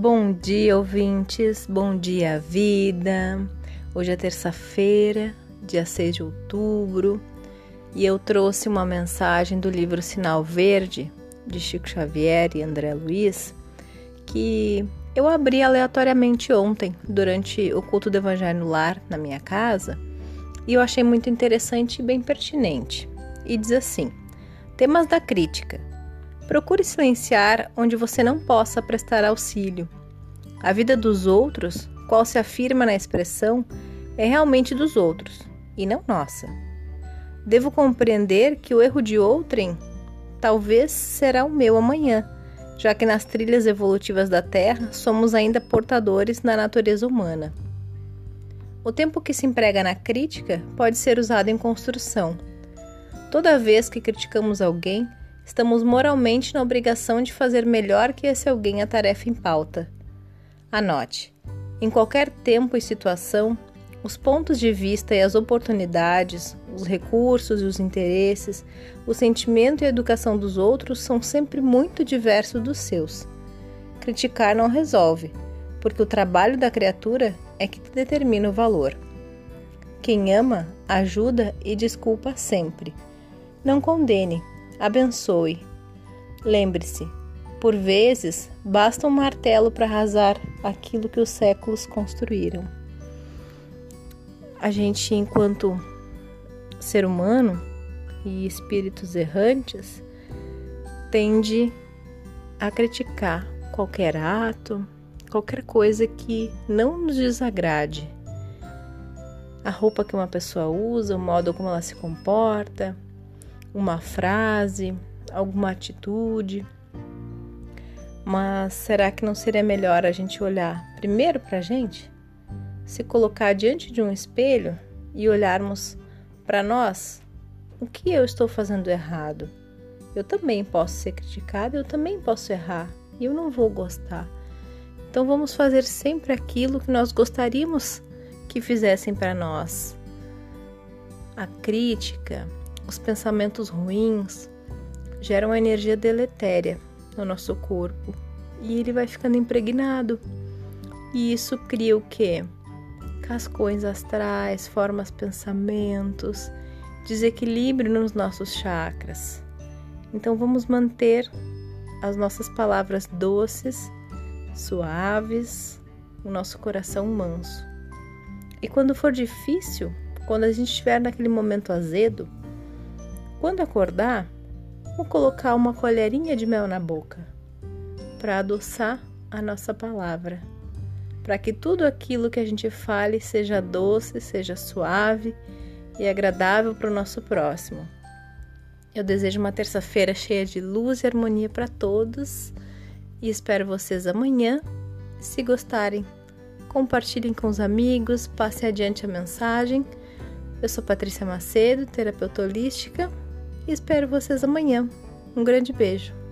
Bom dia, ouvintes, bom dia, vida. Hoje é terça-feira, dia 6 de outubro, e eu trouxe uma mensagem do livro Sinal Verde, de Chico Xavier e André Luiz, que eu abri aleatoriamente ontem, durante o culto do Evangelho no Lar, na minha casa, e eu achei muito interessante e bem pertinente. E diz assim: temas da crítica. Procure silenciar onde você não possa prestar auxílio. A vida dos outros, qual se afirma na expressão, é realmente dos outros, e não nossa. Devo compreender que o erro de outrem talvez será o meu amanhã, já que nas trilhas evolutivas da Terra somos ainda portadores na natureza humana. O tempo que se emprega na crítica pode ser usado em construção. Toda vez que criticamos alguém, estamos moralmente na obrigação de fazer melhor que esse alguém a tarefa em pauta. Anote: em qualquer tempo e situação, os pontos de vista e as oportunidades, os recursos e os interesses, o sentimento e a educação dos outros são sempre muito diversos dos seus. Criticar não resolve, porque o trabalho da criatura é que determina o valor. Quem ama, ajuda e desculpa sempre. Não condene, abençoe. Lembre-se, por vezes basta um martelo para arrasar aquilo que os séculos construíram. A gente, enquanto ser humano e espíritos errantes, tende a criticar qualquer ato, qualquer coisa que não nos desagrade. A roupa que uma pessoa usa, o modo como ela se comporta, uma frase, alguma atitude. Mas será que não seria melhor a gente olhar primeiro para a gente? Se colocar diante de um espelho e olharmos para nós? O que eu estou fazendo errado? Eu também posso ser criticado, eu também posso errar e eu não vou gostar. Então vamos fazer sempre aquilo que nós gostaríamos que fizessem para nós. A crítica, os pensamentos ruins geram uma energia deletéria no nosso corpo e ele vai ficando impregnado. E isso cria o quê? Cascões astrais, formas pensamentos, desequilíbrio nos nossos chakras. Então vamos manter as nossas palavras doces, suaves, o nosso coração manso. E quando for difícil, quando a gente estiver naquele momento azedo, quando acordar, vou colocar uma colherinha de mel na boca para adoçar a nossa palavra, para que tudo aquilo que a gente fale seja doce, seja suave e agradável para o nosso próximo. Eu desejo uma terça-feira cheia de luz e harmonia para todos e espero vocês amanhã. Se gostarem, compartilhem com os amigos, passem adiante a mensagem. Eu sou Patrícia Macedo, terapeuta holística, e espero vocês amanhã. Um grande beijo.